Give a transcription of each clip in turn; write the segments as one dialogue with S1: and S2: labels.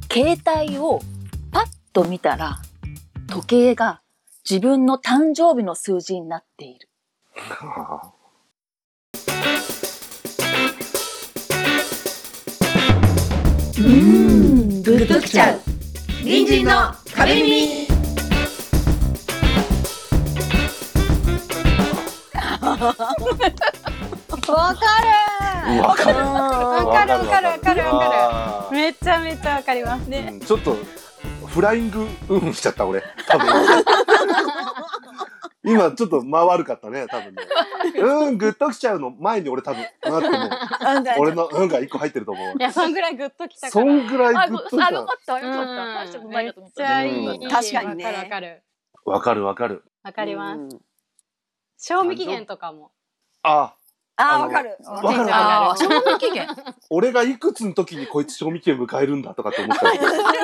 S1: 携帯をパッと見たら時計が自分の誕生日の数字になっている。
S2: グッときちゃう隣人の壁耳。
S3: わかる。
S4: わかる
S3: めっちゃめちゃわかりますね。
S4: ちょっとフライングしちゃった俺多分今ちょっと間悪かったね多分ね。グッときちゃうの前に俺多分なっても俺のが一個入ってると思う。
S3: いや、そんぐらいグッときたから。
S4: そんぐらいグッときた。
S1: よかったよかった。大したことないかと思った。
S3: めっちゃいい。
S2: 確かにね。
S3: わかる。
S4: わかるわかる。
S3: わかります。賞味期限とかも。
S2: わかる。
S4: わかるわかる。
S1: 賞味期限。
S4: 俺がいくつの時にこいつ賞味期限迎えるんだとかって思ったら。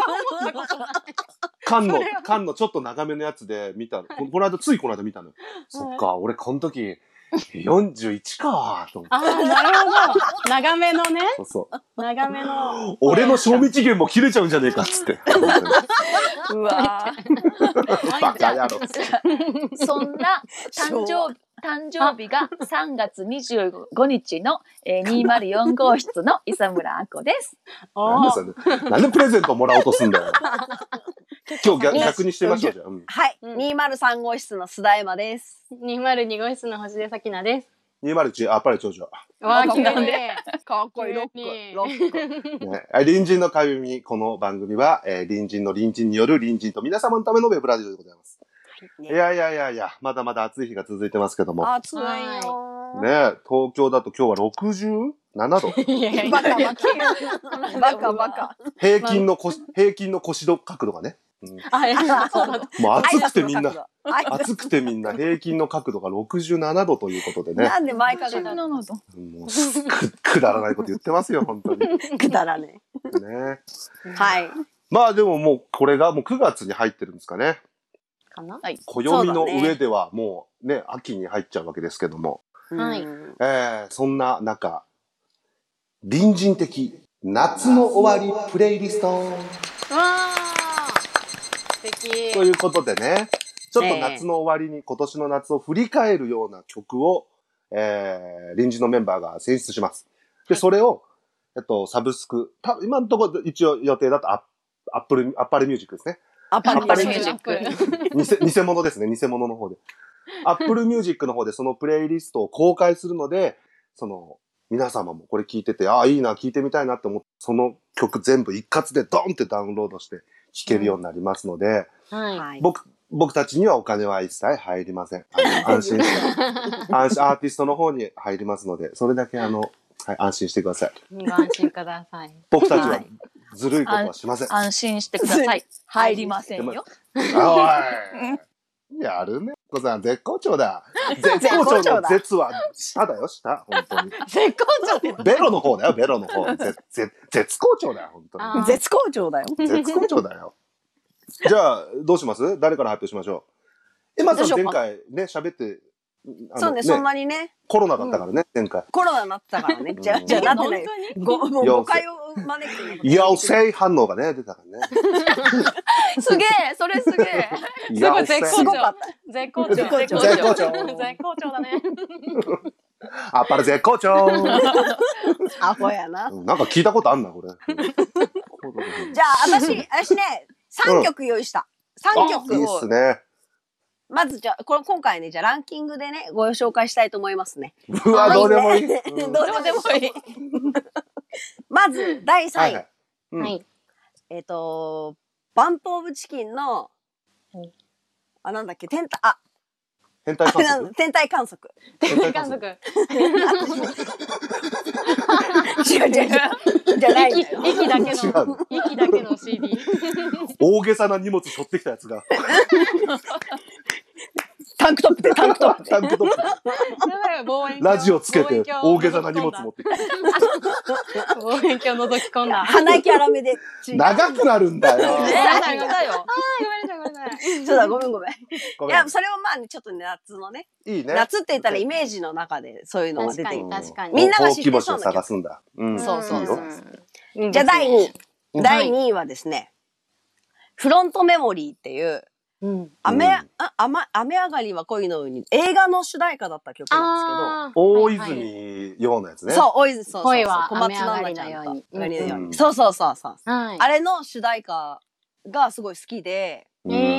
S4: 缶のちょっと長めのやつで見たの。この間見たの。そっか、俺この時41かと思って。
S3: ああ、なるほど。長めのね。
S4: そう。
S3: 長めの。
S4: 俺の賞味期限も切れちゃうんじゃねえかっつって。
S1: うわ
S4: バカ野郎。
S1: そんな誕生日が3月25日の204号室の磯村あこです。
S4: なんでプレゼントもらおうとすんだよ。今日逆にしてみましょうじゃあ。
S2: はい、203号室の須田山です。
S3: 202号室の星出咲菜です。
S4: 201あっぱれ長女。
S3: わあ、なんで
S2: かっこいいロック。
S4: ね、隣人の壁耳、この番組は、隣人の隣人による隣人と皆様のためのウェブラジオでございます。いや、まだまだ暑い日が続いてますけども。
S2: 暑いよ。
S4: ね、東京だと今日は67度。
S2: バカ。
S4: 平均の腰の角度がね。もう暑くてみんな平均の角度が67度ということでね。
S2: なんで前から
S1: 67度。
S4: もうくだらないこと言ってますよ本当に。
S2: くだらね。
S4: ね。
S2: はい。
S4: まあでももうこれがもう9月に入ってるんですかね。
S3: かな。
S4: 暦の上ではもうね秋に入っちゃうわけですけども。
S3: はい。
S4: そんな中隣人的夏の終わりプレイリスト。
S3: わー。
S4: ということでね、ちょっと夏の終わりに今年の夏を振り返るような曲を、隣人のメンバーが選出します。で、それを、サブスク、今のところ一応予定だとアッパレミュージックですね。
S2: アッパレミュージック。
S4: 偽物ですね、偽物の方で。アップルミュージックの方でそのプレイリストを公開するので、皆様もこれ聞いてて、いいな、聞いてみたいなって思って、その曲全部一括でドンってダウンロードして聴けるようになりますので、僕たちにはお金は一切入りません。安心してアーティストの方に入りますので、それだけ安心してください。
S3: ご安心ください。
S4: 僕たちはずるいことはしません。
S1: 安心してください。入りませんよ。
S4: おいやるね。絶好調だ。絶好調の絶は下だよ、下。本当に。
S2: 絶好調
S4: ベロの方だよ、ベロの方。絶好調だよ、本当に。
S2: 絶好調だよ。
S4: 絶好調だよ。じゃあ、どうします？誰から発表しましょう。まず前回ね、喋って、
S2: そうね、そんなにね。
S4: コロナだったからね、前回。
S2: コロナになってたからね。じゃあなってない。もう誤解を招く。
S4: 陽性反応がね、出たからね。
S1: すげえ、それすげえ。
S3: すごい絶好調。
S1: 絶好調。
S3: 絶好調だね。
S4: あっぱれ絶好調。
S2: アホやな。
S4: なんか聞いたことあんな、これ。
S2: じゃあ、私ね、3曲用意した。3曲を。
S4: いいっすね。
S2: まずじゃあ、今回ね、じゃあランキングでね、ご紹介したいと思いますね。
S4: うわ、どうでもいい。
S2: どうでもいい。まず、第3位。
S3: はい。
S2: バンプオブチキンの、なんだっけ、天体観測。
S3: 天体観測。
S2: 違う。じゃないんだよ。
S3: 息だけの CD。
S4: 大げさな荷物背負ってきたやつが。
S2: タンクトップで。
S4: ラジオつけて大げさな荷物持ってきた。
S3: 望遠鏡覗き込んだ。
S2: 鼻息荒めで。
S4: 長くなるんだよ。
S3: ごめんなさい。
S2: そうだ、ごめん。いや、それはまあね、ちょっと夏のね。
S4: いいね。
S2: 夏って言ったらイメージの中でそういうのが出てくる。
S3: 確かに。
S2: みんなが知ってそうな
S4: 探すんだ。
S2: そう。じゃあ第2位。 第2位はですね、フロントメモリーっていう、雨上がりは恋の海、映画の主題歌だった曲なんですけど、
S4: 大泉洋のやつね。
S2: そう、大泉、そう、
S3: 恋は
S2: 小松菜奈ちゃんと。そうそうそうそう。あれの主題歌がすごい好きで、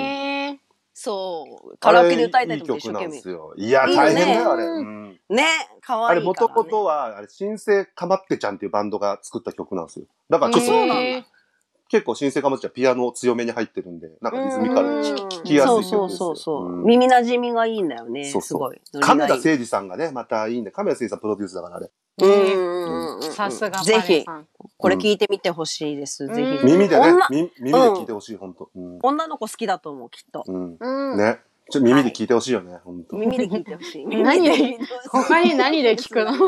S2: そう、カラオケで歌いたいと思って一生懸命。
S4: いや、大変だよ、あれ。
S2: ね、かわいい。
S4: あれ、もともとは、新生かまってちゃんっていうバンドが作った曲なんですよ。だからちょっと、結構新生かまってちゃんピアノ強めに入ってるんで、なんかリズミカルに聴きやすい曲ですよ。そう。
S2: 耳馴染みがいいんだよね。すごい。
S4: 亀田誠二さんがね、またいいんで、亀田誠二さんプロデュースだからあれ。
S3: さすが。
S2: ぜひ、これ聞いてみてほしいです。ぜひ。
S4: 耳でね、耳で聞いてほしい、ほんと。
S2: 女の子好きだと思う、きっと。
S4: ね。ちょっと耳で聞いてほしいよね、ほんと。
S2: 耳で聞いてほしい。
S3: 他に何で聞くの？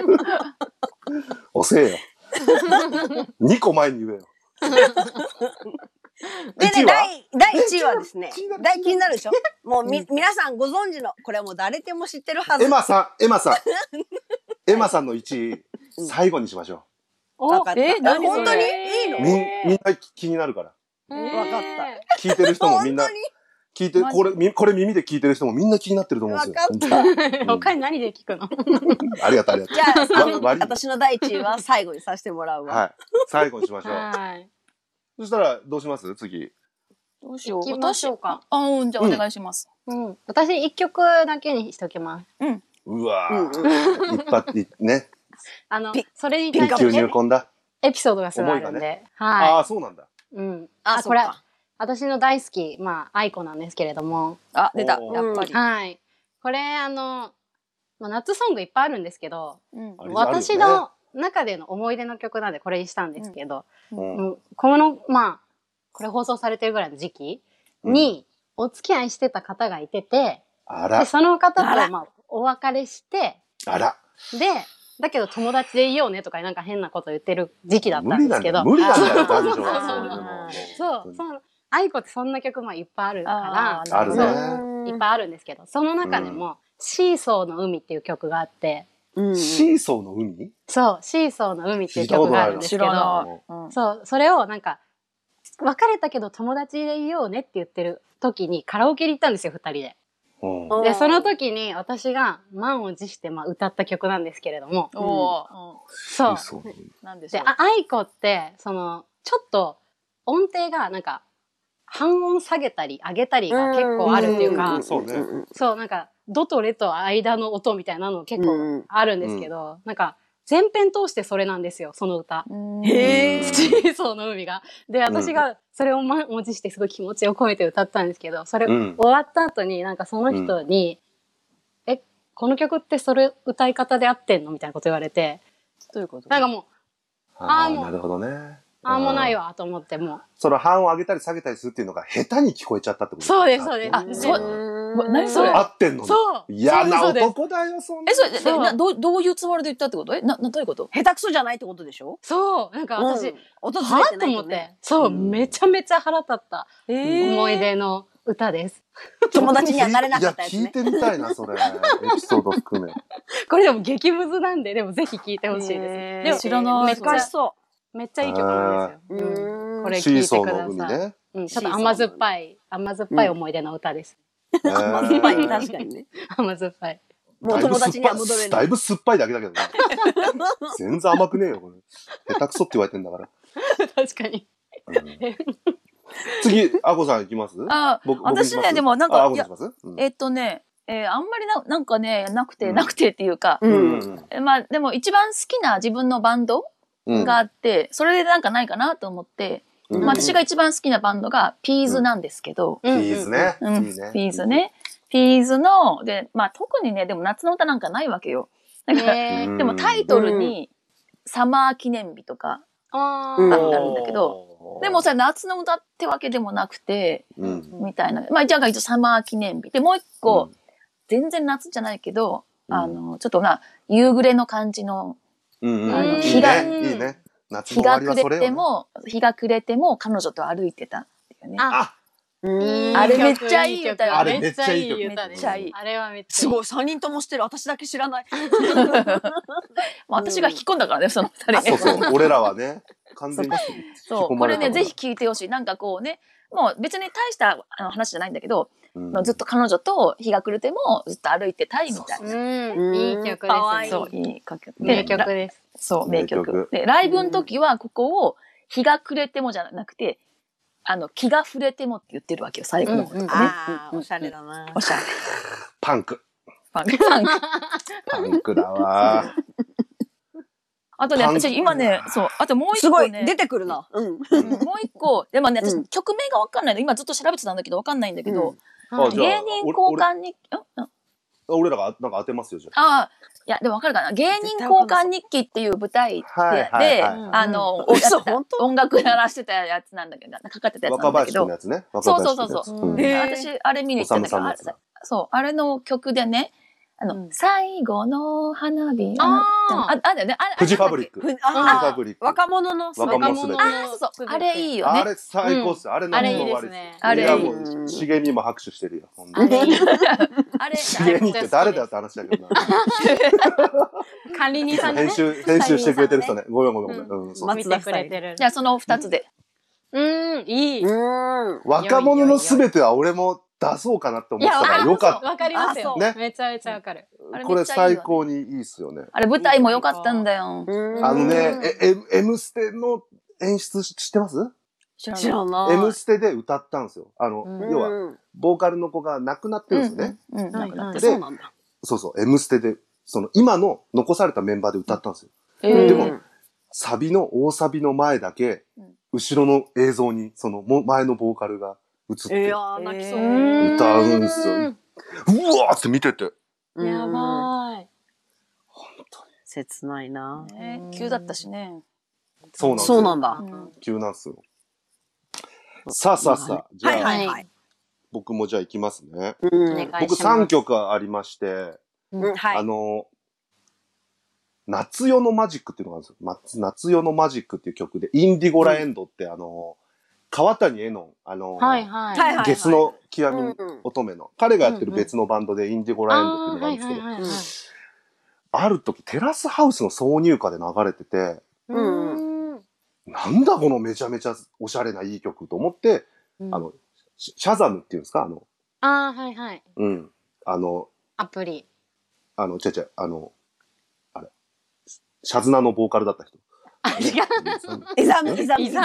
S4: 遅えよ。2個前に言えよ。
S2: でね、第1位はですね、気になるでしょ？もう皆さんご存知の、これはもう誰でも知ってるはず。
S4: エマさんの1位、最後にしましょ
S2: う。わかった。本当にいいの？
S4: みんな気になるから。
S2: わかった。
S4: 聞いてる人もみんな、聞いて、これ耳で聞いてる人もみんな気になってると思うんですよ。
S2: わかった。
S3: 他に何で聞くの？
S4: ありがとう。
S2: じゃあ、私の第1位は最後にさせてもらうわ。
S4: はい。最後にしましょう。そしたら、どうします次。
S1: どうしよう。
S3: 行きましょうか。
S1: じゃあお願いします。
S3: 私1曲だけにしときます。
S4: うわぁ。一発、ね。
S3: それに対
S4: して入魂だ。
S3: エピソードがすごいあるんで。
S4: ああ、そうなんだ。
S3: これ、私の大好き、愛子なんですけれども。
S1: あ、出た。やっぱり。
S3: はい。これ、夏ソングいっぱいあるんですけど、私の中での思い出の曲なんでこれにしたんですけど、この、これ放送されてるぐらいの時期にお付き合いしてた方がいてて、でその方とお別れして、で、だけど友達でいようねとかなんか変なこと言ってる時期だったんですけど。
S4: 無理なんだよ、男女は。
S3: そう、愛子ってそんな曲もいっぱいあるから、
S4: あるね。
S3: いっぱいあるんですけど、その中でも、シーソーの海っていう曲があって、
S4: シーソーの海？
S3: そう、シーソーの海っていう曲があるんですけど、そう、それをなんか、別れたけど友達でいようねって言ってる時にカラオケに行ったんですよ、2人で。で、その時に私が満を持して歌った曲なんですけれども。そう。で、愛子って、ちょっと音程がなんか、半音下げたり上げたりが結構あるっていうか、そう、なんか、ドとレと間の音みたいなの結構あるんですけど、なんか、全編通してそれなんですよ、その歌。へー。シーソーの海が。で、私がそれを満を持してすごい気持ちを込めて歌ったんですけど、それ終わった後になんかその人に、この曲ってそれ歌い方で合ってんのみたいなこと言われて。
S1: どういうこと？
S3: なんかもう、
S4: なるほどね。
S3: もうないわと思っても。
S4: その半を上げたり下げたりするっていうのが下手に聞こえちゃったってこと？
S3: そうです、そうです。
S1: 何それ？
S4: 合ってんの？
S3: そう。
S4: 嫌な男だよ、そんな。
S1: それ、どういうつもりで言ったってこと？どういうこと？
S2: 下手くそじゃないってことでしょ？
S3: そう。なんか私、
S2: 訪れてないと思って。
S3: そう、めちゃめちゃ腹立った思い出の歌です。
S2: 友達にはなれなかったやつね。
S4: いや、聞いてみたいな、それ。エピソード含め。
S3: これでも激ムズなんで、でもぜひ聞いてほしいです。でも
S1: 知らない。
S3: めっちゃそう。めっちゃいい曲なんですよ。これ聞いてください。ちょっと甘酸っぱい思い出の歌です。
S2: 甘酸っぱい、確かにね。
S3: 甘酸っぱい。
S2: もう友達には戻れない。
S4: だいぶ酸っぱいだけだけどね。全然甘くねえよ、これ。下手くそって言われてんだから。
S3: 確かに。
S4: 次、あこさん行きます？
S1: 私ね、でもなんか、あんまりなんかね、なくてっていうか、でも一番好きな自分のバンドがあって、それでなんかないかなと思って、私が一番好きなバンドがピーズなんですけど。
S4: ピーズね。
S1: ピーズね。ピーズの、で、特にね、でも夏の歌なんかないわけよ。だから、でもタイトルにサマー記念日とかあったんだけど、でもそれ夏の歌ってわけでもなくて、みたいな。じゃあ一応サマー記念日。で、もう一個、全然夏じゃないけど、ちょっと夕暮れの感じの、日が暮れても彼女と歩いてたっていうね。あれめっちゃいい歌よ。
S4: あれめっちゃいい
S3: 歌です。あれはめっちゃ
S2: すごい、3人とも知ってる。私だけ知らない。
S1: 私が引っ込んだからね、その2人。
S4: そうそう、俺らはね、 完全に
S1: そう、これね、ぜひ聞いてほしい。なんかこうね、もう別に大した話じゃないんだけど、ずっと彼女と日が暮れてもずっと歩いてたいみたいな。
S3: いい曲ですね。
S1: そう、いい曲。
S3: 名曲です。
S1: そう、名曲。で、ライブの時はここを日が暮れてもじゃなくて、気が触れてもって言ってるわけよ、最後のことね。
S2: おしゃれだな。
S1: おしゃれ。
S4: パンク。
S1: パン
S4: クだわ。
S1: あとね、私今ね、そう、あともう一個ね。
S2: すごい、出てくるな。
S1: もう一個、でもね、私曲名がわかんないの。今ずっと調べてたんだけどわかんないんだけど、芸人交換日記、
S4: 俺らがなんか当てますよ、じゃ
S1: あ。いや、でもわかるかな。芸人交換日記っていう舞台で、音楽やらしてたやつなんだけど、かかってたやつなんだけど。
S4: 若林のやつね。
S1: そう。私、あれ見に行ったんだけど、そう、あれの曲でね、最後の花火。だよね。
S4: フジファブリック。
S2: 若者の
S4: すべて。
S1: そう。あれいいよね。
S4: あれ最高っす。あれ
S3: あれいいですね。
S4: あれいい。しげにも拍手してるよ。あれ、しげにって誰だよって話だけどな。
S3: 管理人さんね。
S4: 編集してくれてる人ね。ごめん。
S3: 見てくれてる。
S1: じゃあその2つで。
S3: いい。
S4: 若者のすべては俺も出そうかなって思ってたからよかった。
S3: わかりますよ。
S4: ね。
S3: めちゃめちゃわかる。
S4: これ最高にいいっすよね。
S1: あれ舞台も良かったんだよ。
S4: M ステの演出知ってます？
S2: 知らない。
S4: M ステで歌ったんですよ。要は、ボーカルの子が亡くなってるんですよね。
S2: 亡くなってそうなんだ。
S4: そう、M ステで、今の残されたメンバーで歌ったんですよ。でも、大サビの前だけ、後ろの映像に、前のボーカルが映って、
S2: 泣きそう。
S4: 歌うんですよ。うわーって見てて。
S3: やばい。
S4: 本当に。
S2: 切ないな。
S1: 急だったしね。
S2: そうなんだ。
S4: 急なんすよ。さあ。じゃあ、僕もじゃあ行きますね。僕3曲ありまして、夏夜のマジックっていうのがあるんですよ。夏夜のマジックっていう曲で、インディゴラエンドって川谷絵音、ゲスの極み乙女の、彼がやってる別のバンドでインディゴラエンドっていうのがあるんですけど、ある時テラスハウスの挿入歌で流れてて、なんだこのめちゃめちゃおしゃれないい曲と思って、シャザムっていうんですか
S3: アプリ。
S4: あれ、シャズナのボーカルだった人。
S2: イザム。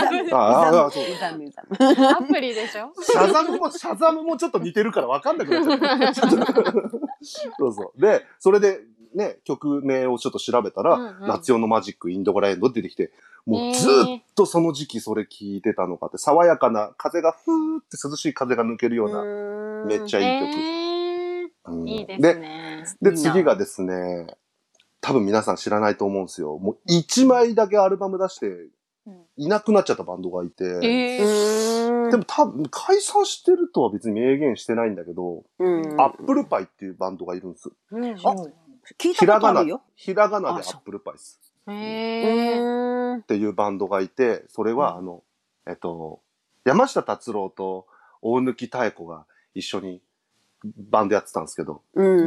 S3: アプリでしょ？
S4: シャザムもちょっと似てるから分かんなくなっちゃった。そう。で、それでね、曲名をちょっと調べたら、夏夜のマジック、インドゴラエンドって出てきて、もうずっとその時期それ聞いてたのかって、爽やかな風がふーって涼しい風が抜けるような、めっちゃいい
S3: 曲。いいですね。
S4: で、次がですね、多分皆さん知らないと思うんですよ。もう1枚だけアルバム出して、いなくなっちゃったバンドがいて、でも多分解散してるとは別に明言してないんだけど、アップルパイっていうバンドがいるんです。
S2: 聞いたことあるよ。
S4: ひらがなでアップルパイです。っていうバンドがいて、それは山下達郎と大貫妙子が一緒にバンドやってたんですけど、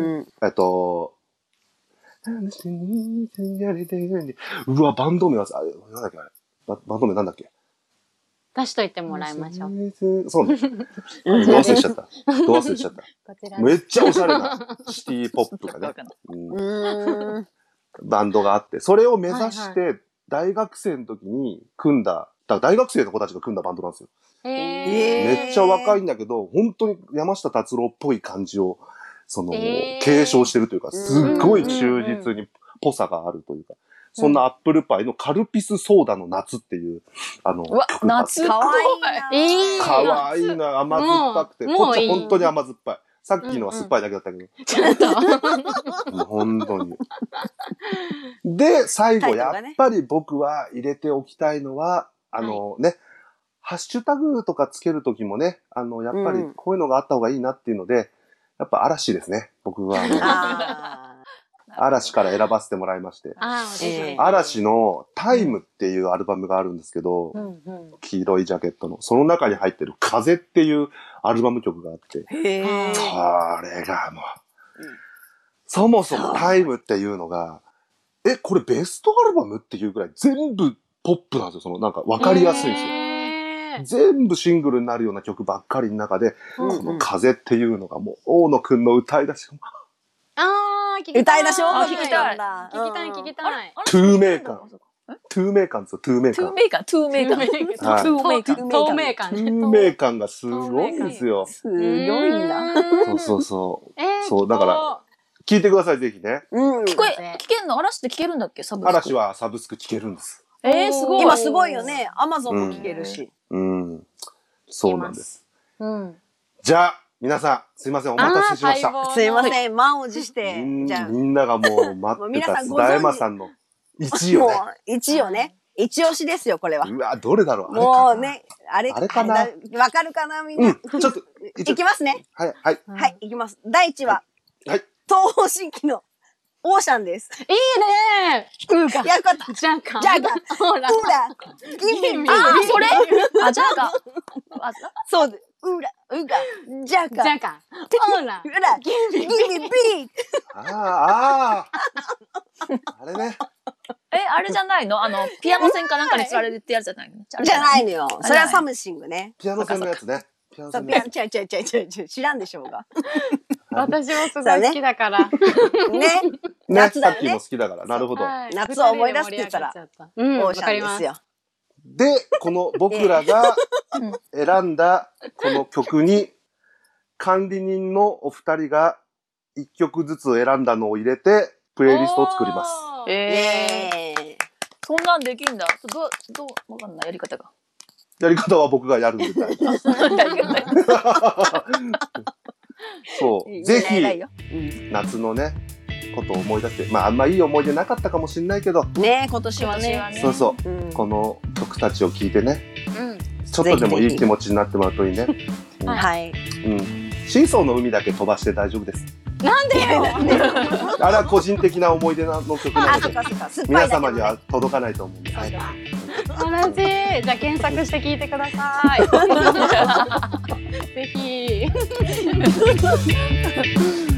S4: うわ、バンド名は、なんだっけバンド名なんだっけ
S3: 出しといてもらいましょう。
S4: そうね。ど忘れしちゃった。めっちゃおしゃれなシティポップがね。バンドがあって、それを目指して大学生の時に組んだ、大学生の子たちが組んだバンドなんですよ。めっちゃ若いんだけど、本当に山下達郎っぽい感じを、継承してるというか、すっごい忠実にぽさがあるというか、そんなアップルパイのカルピスソーダの夏っていう、
S1: 夏かわいいな。
S4: かわいいな、甘酸っぱくて。こっちは本当に甘酸っぱい。さっきのは酸っぱいだけだったけど。本当に。で、最後、やっぱり僕は入れておきたいのは、ハッシュタグとかつけるときもね、やっぱりこういうのがあった方がいいなっていうので、やっぱ嵐ですね、僕は。嵐から選ばせてもらいまして。嵐のタイムっていうアルバムがあるんですけど、黄色いジャケットの、その中に入ってる風っていうアルバム曲があって、それがもう、そもそもタイムっていうのが、これベストアルバムっていうぐらい全部ポップなんですよ。そのなんか分かりやすいんですよ。全部シングルになるような曲ばっかりの中で、この風っていうのがもう、大野くんの歌い出しが、
S3: 聞きたい。
S2: 歌い出しを
S3: 聞きたい。聞きたい。
S4: トゥーメーカー。トゥーメーカーですよ、トゥーメーカー。
S1: トゥーメーカー、トゥーメーカー。
S3: 透明感。
S4: 透明感がすごいんですよ。
S2: すごいな。
S4: そう。そう、だから、聞いてください、ぜひね。
S1: 聞けんの？嵐って聞けるんだっけ？サブスク。
S4: 嵐はサブスク聞けるんです。
S1: すごい。
S2: 今すごいよね。アマゾンも聞けるし。
S4: そうなんです。じゃあ、皆さん、すいません、お待たせしました。
S2: すいません、満を持して。
S4: みんながもう待ってた須田山さんの1位をね。
S2: もう1位をね。一押しですよ、これは。
S4: うわ、どれだろう。
S2: もうね、あれかな。わかるかな、みんな。
S4: ちょっと、
S2: いきますね。
S4: はい。
S2: はい、いきます。第1話。
S4: はい。
S2: 東方神起のオーシャンです。
S3: いいね
S2: ー。やよかった。
S3: ジャガ。
S2: ほら。
S1: ギミ。それジャガ。
S2: そう。ジャガ。
S3: ほら。
S2: ギミビー。
S4: あれね。
S1: あれじゃないの？ピアノ線かなんかに釣られてやるじゃないの？
S2: じゃないのよ。それはサムシングね。
S4: ピアノ線のやつね。
S2: 違う、知らんでしょうが。
S3: 私もすごい好きだから。
S2: ね。夏だよね。
S4: さっきも好きだから。なるほど。
S2: 夏を思い出すって言ったら、オーシャンですよ。
S4: で、この僕らが選んだこの曲に、管理人のお二人が一曲ずつ選んだのを入れて、プレイリストを作ります。
S1: そんなんできんだ。わかんない、やり方が。
S4: やり方は僕がやるみたいな。そう。ぜひ、夏のね、ことを思い出して、あんまいい思い出なかったかもしれないけど。
S2: ね、今年はね。
S4: そう。この曲たちを聴いてね、ちょっとでもいい気持ちになってもらうといいね。
S2: はい。
S4: シーソーの海だけ飛ばして大丈夫です。
S3: なんでよ。
S4: あれは個人的な思い出の曲なので、皆様には届かないと思うんで。
S3: 同じ。じゃあ検索して聞いてください。ぜひ。